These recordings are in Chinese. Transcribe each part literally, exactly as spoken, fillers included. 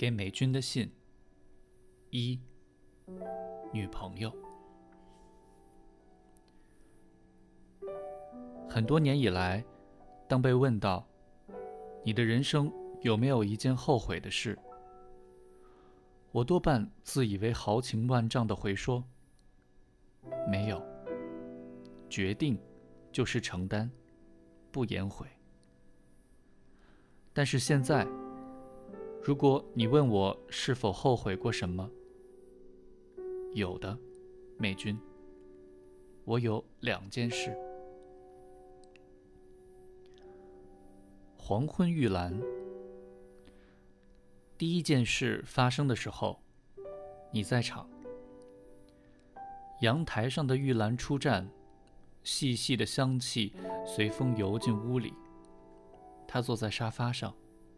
给美军的信一，女朋友。很多年以来，当被问到你的人生有没有一件后悔的事，我多半自以为豪情万丈地回说没有，决定就是承担，不言悔。但是现在，如果你问我是否后悔过什么，有的，美军，我有两件事。黄昏玉兰，第一件事发生的时候，你在场。阳台上的玉兰初绽，细细的香气随风游进屋里。他坐在沙发上，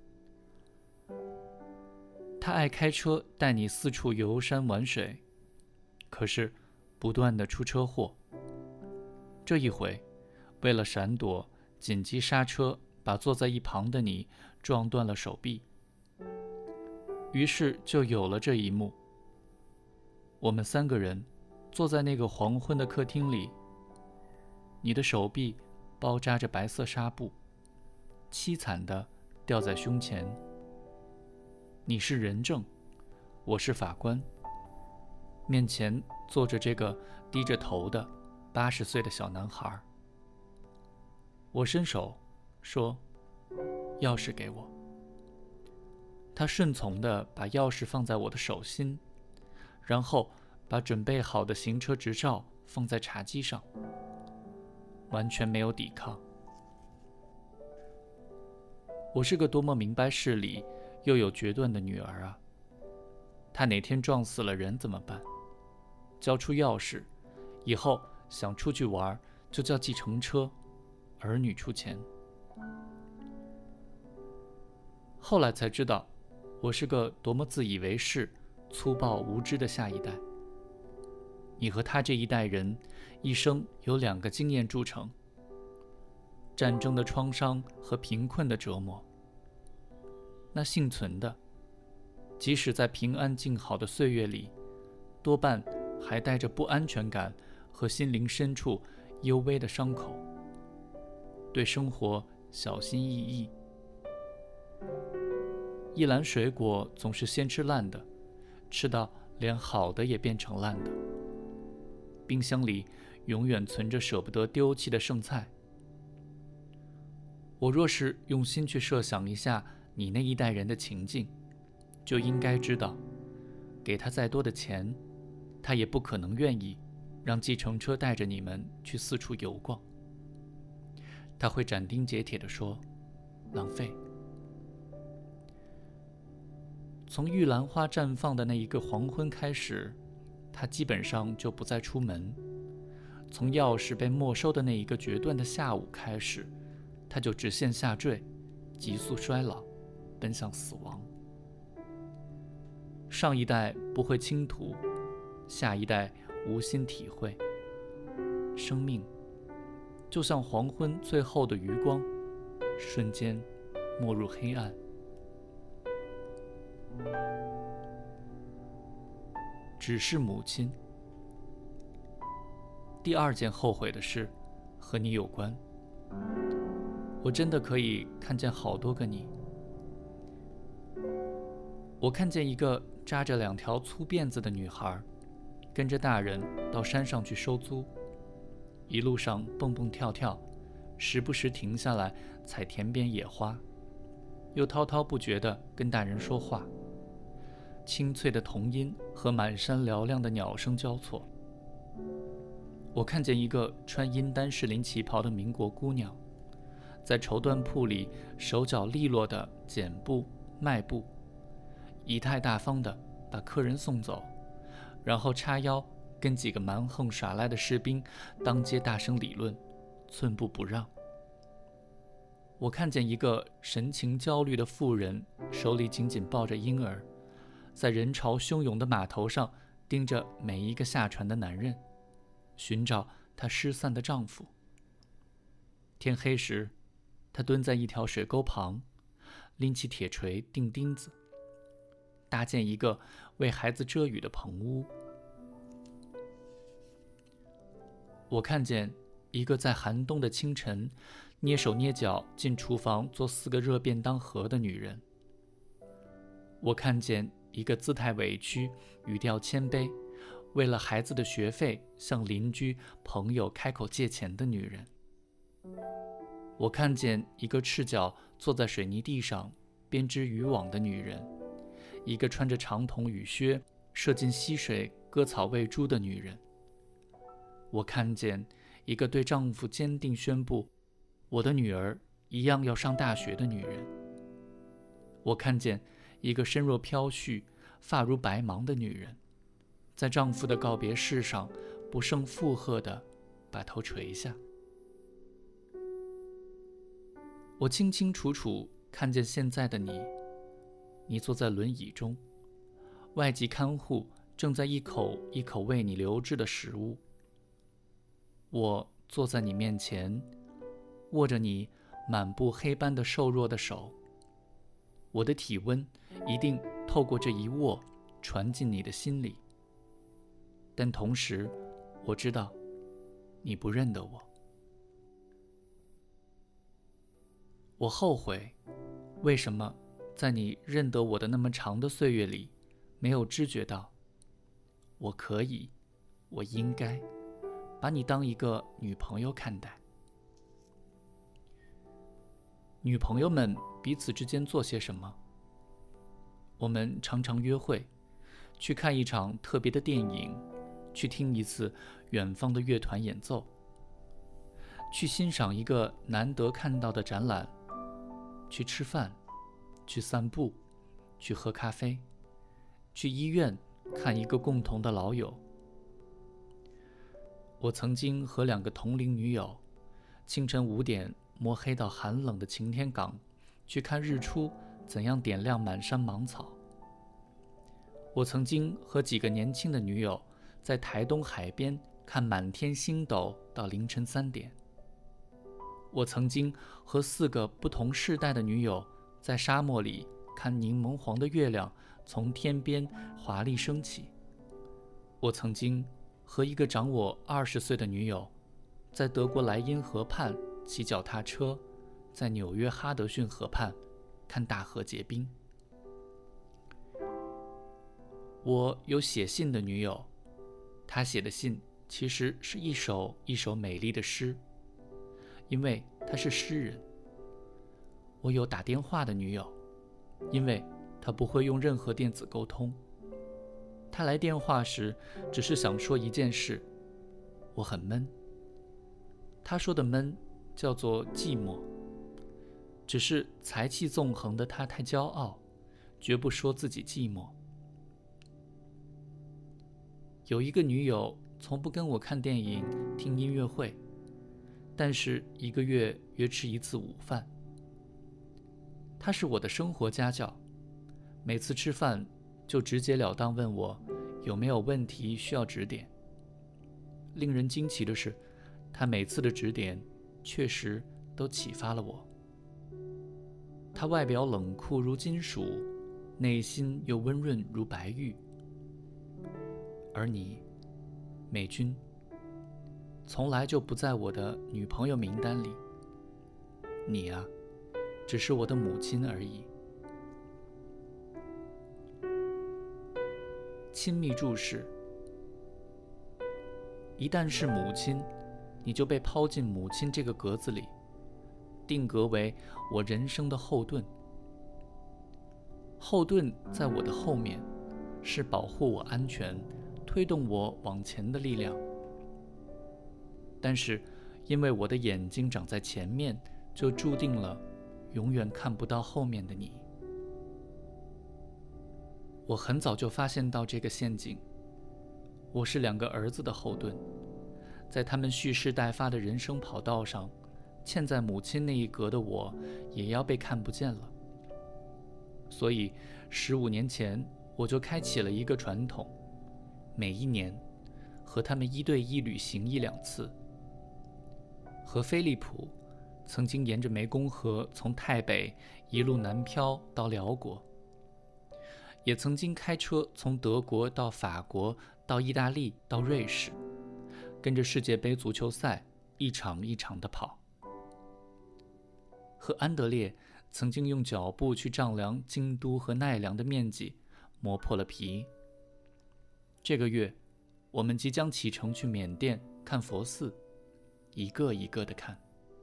他爱开车带你四处游山玩水，可是不断的出车祸。这一回，为了闪躲，紧急刹车，把坐在一旁的你撞断了手臂。于是就有了这一幕。我们三个人坐在那个黄昏的客厅里，你的手臂包扎着白色纱布，凄惨地吊在胸前。你是人证，我是法官，面前坐着这个低着头的八十岁的小男孩。我伸手说：“钥匙给我。”他顺从地把钥匙放在我的手心，然后把准备好的行车执照放在茶几上，完全没有抵抗。我是个多么明白事理又有决断的女儿啊！他哪天撞死了人怎么办？交出钥匙，以后想出去玩就叫计程车，儿女出钱。后来才知道，我是个多么自以为是、粗暴无知的下一代。你和他这一代人，一生有两个经验铸成：战争的创伤和贫困的折磨。那幸存的，即使在平安静好的岁月里，多半还带着不安全感和心灵深处幽微的伤口，对生活小心翼翼。一篮水果总是先吃烂的，吃到连好的也变成烂的。冰箱里永远存着舍不得丢弃的剩菜。我若是用心去设想一下你那一代人的情境，就应该知道，给他再多的钱，他也不可能愿意让计程车带着你们去四处游逛。他会斩钉截铁地说，浪费。从玉兰花绽放的那一个黄昏开始，他基本上就不再出门。从钥匙被没收的那一个决断的下午开始，他就直线下坠，急速衰老，奔向死亡。上一代不会倾吐，下一代无心体会。生命就像黄昏最后的余光，瞬间没入黑暗。只是母亲。第二件后悔的事和你有关。我真的可以看见好多个你。我看见一个扎着两条粗辫子的女孩，跟着大人到山上去收租，一路上蹦蹦跳跳，时不时停下来采田边野花，又滔滔不绝地跟大人说话。清脆的童音和满山嘹亮的鸟声交错。我看见一个穿阴丹士林旗袍的民国姑娘，在绸缎铺里手脚利落地剪布卖布，仪态大方地把客人送走，然后叉腰跟几个蛮横耍赖的士兵当街大声理论，寸步不让。我看见一个神情焦虑的妇人，手里紧紧抱着婴儿，在人潮汹涌的码头上盯着每一个下船的男人，寻找她失散的丈夫。天黑时，她蹲在一条水沟旁，拎起铁锤钉钉子。 搭建一个为孩子遮雨的棚屋。我看见一个在寒冬的清晨蹑手蹑脚进厨房做四个热便当盒的女人。我看见一个姿态委屈、语调谦卑，为了孩子的学费向邻居、朋友开口借钱的女人。我看见一个赤脚坐在水泥地上编织渔网的女人，一个穿着长筒雨靴射进溪水割草喂猪的女人。我看见一个对丈夫坚定宣布我的女儿一样要上大学的女人。我看见一个身若飘絮、发如白芒的女人，在丈夫的告别式上不胜负荷地把头垂下。我清清楚楚看见现在的你，你坐在轮椅中，外籍看护正在一口一口喂你流质的食物。我坐在你面前，握着你满布黑斑的瘦弱的手，我的体温一定透过这一握传进你的心里。但同时，我知道你不认得我。我后悔，为什么在你认得我的那么长的岁月里，没有知觉到，我可以，我应该把你当一个女朋友看待。女朋友们彼此之间做些什么？我们常常约会，去看一场特别的电影，去听一次远方的乐团演奏，去欣赏一个难得看到的展览，去吃饭，去散步，去喝咖啡，去医院看一个共同的老友。我曾经和两个同龄女友，清晨五点摸黑到寒冷的擎天岗，去看日出怎样点亮满山芒草。我曾经和几个年轻的女友，在台东海边看满天星斗到凌晨三点。我曾经和四个不同世代的女友，在沙漠里看柠檬黄的月亮从天边华丽升起。我曾经和一个长我二十岁的女友，在德国莱茵河畔骑脚踏车，在纽约哈德逊河畔看大河结冰。我有写信的女友，她写的信其实是一首一首美丽的诗，因为她是诗人。我有打电话的女友，因为她不会用任何电子沟通。她来电话时只是想说一件事：我很闷。她说的闷叫做寂寞，只是才气纵横的她太骄傲，绝不说自己寂寞。有一个女友从不跟我看电影、听音乐会，但是一个月约吃一次午饭。她是我的生活家教，每次吃饭就直截了当问我有没有问题需要指点。令人惊奇的是，她每次的指点确实都启发了我。她外表冷酷如金属，内心又温润如白玉。而你，美君，从来就不在我的女朋友名单里。你啊，只是我的母亲而已。亲密注释：一旦是母亲，你就被抛进母亲这个格子里，定格为我人生的后盾。后盾在我的后面，是保护我安全、推动我往前的力量。但是因为我的眼睛长在前面，就注定了永远看不到后面的你。我很早就发现到这个陷阱。我是两个儿子的后盾，在他们蓄势待发的人生跑道上，嵌在母亲那一格的我也要被看不见了。所以十五年前我就开启了一个传统，每一年和他们一对一旅行一两次。和飞利浦曾经沿着湄公河从泰北一路南漂到辽国， 也曾经开车从德国到法国，到意大利，到瑞士，跟着世界杯足球赛一场一场的跑。和安德烈曾经用脚步去丈量京都和奈良的面积，磨破了皮。这个月，我们即将启程去缅甸看佛寺，一个一个的看。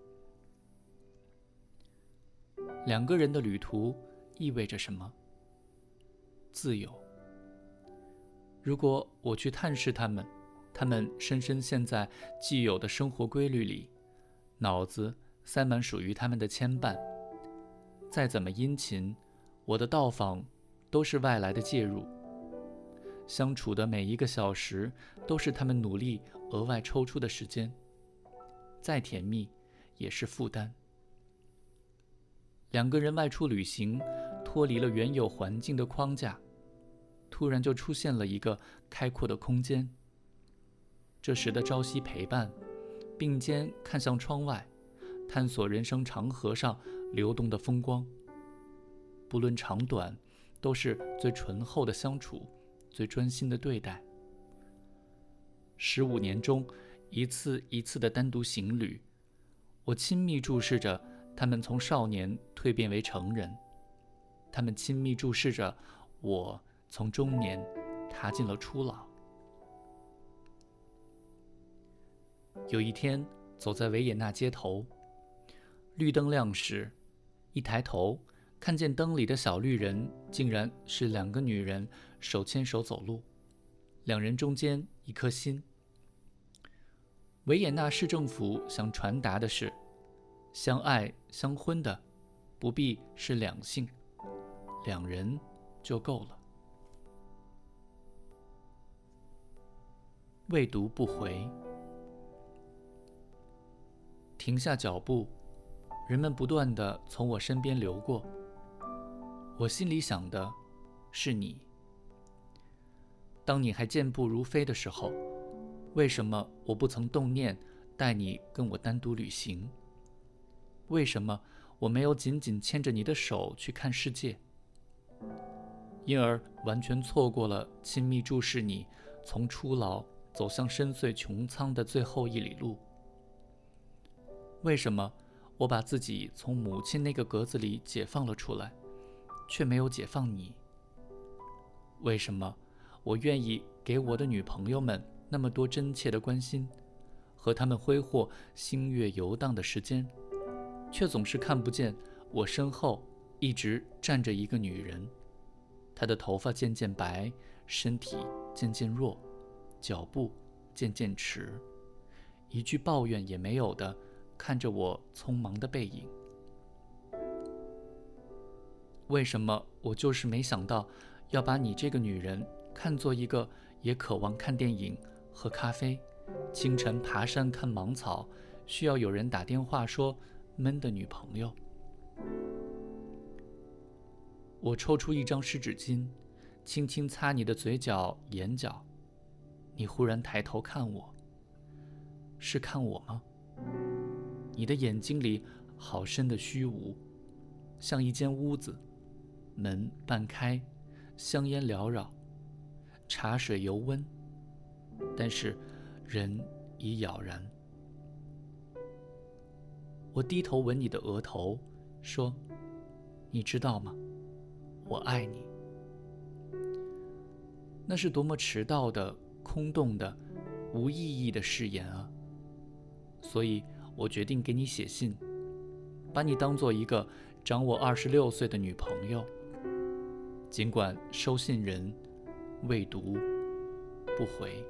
两个人的旅途意味着什么？自由。如果我去探视他们，他们深深陷在既有的生活规律里，脑子塞满属于他们的牵绊。再怎么殷勤，我的到访都是外来的介入。相处的每一个小时都是他们努力额外抽出的时间，再甜蜜也是负担。两个人外出旅行，脱离了原有环境的框架，突然就出现了一个开阔的空间。这时的朝夕陪伴，并肩看向窗外，探索人生长河上流动的风光。不论长短，都是最醇厚的相处，最专心的对待。十五年中，一次一次的单独行旅，我亲密注视着他们从少年蜕变为成人，他们亲密注视着我从中年踏进了初老。有一天，走在维也纳街头，绿灯亮时，一抬头看见灯里的小绿人竟然是两个女人手牵手走路，两人中间一颗心。维也纳市政府想传达的是，相爱相婚的不必是两性，两人就够了。未读不回。停下脚步，人们不断地从我身边流过，我心里想的是你。当你还健步如飞的时候，为什么我不曾动念带你跟我单独旅行？为什么我没有紧紧牵着你的手去看世界？因而完全错过了亲密注视你从初老走向深邃穹苍的最后一里路。为什么我把自己从母亲那个格子里解放了出来，却没有解放你？为什么我愿意给我的女朋友们那么多真切的关心，和他们挥霍星月游荡的时间，却总是看不见我身后一直站着一个女人？她的头发渐渐白，身体渐渐弱，脚步渐渐迟，一句抱怨也没有的看着我匆忙的背影。为什么我就是没想到要把你这个女人看作一个也渴望看电影、喝咖啡、清晨爬山看芒草，需要有人打电话说闷的女朋友？我抽出一张湿纸巾，轻轻擦你的嘴角、眼角。你忽然抬头看我，是看我吗？你的眼睛里好深的虚无，像一间屋子，门半开，香烟缭绕，茶水犹温，但是人已杳然。我低头吻你的额头，说：“你知道吗？我爱你。”那是多么迟到的、空洞的、无意义的誓言啊！所以我决定给你写信，把你当做一个长我二十六岁的女朋友。尽管收信人未读不回。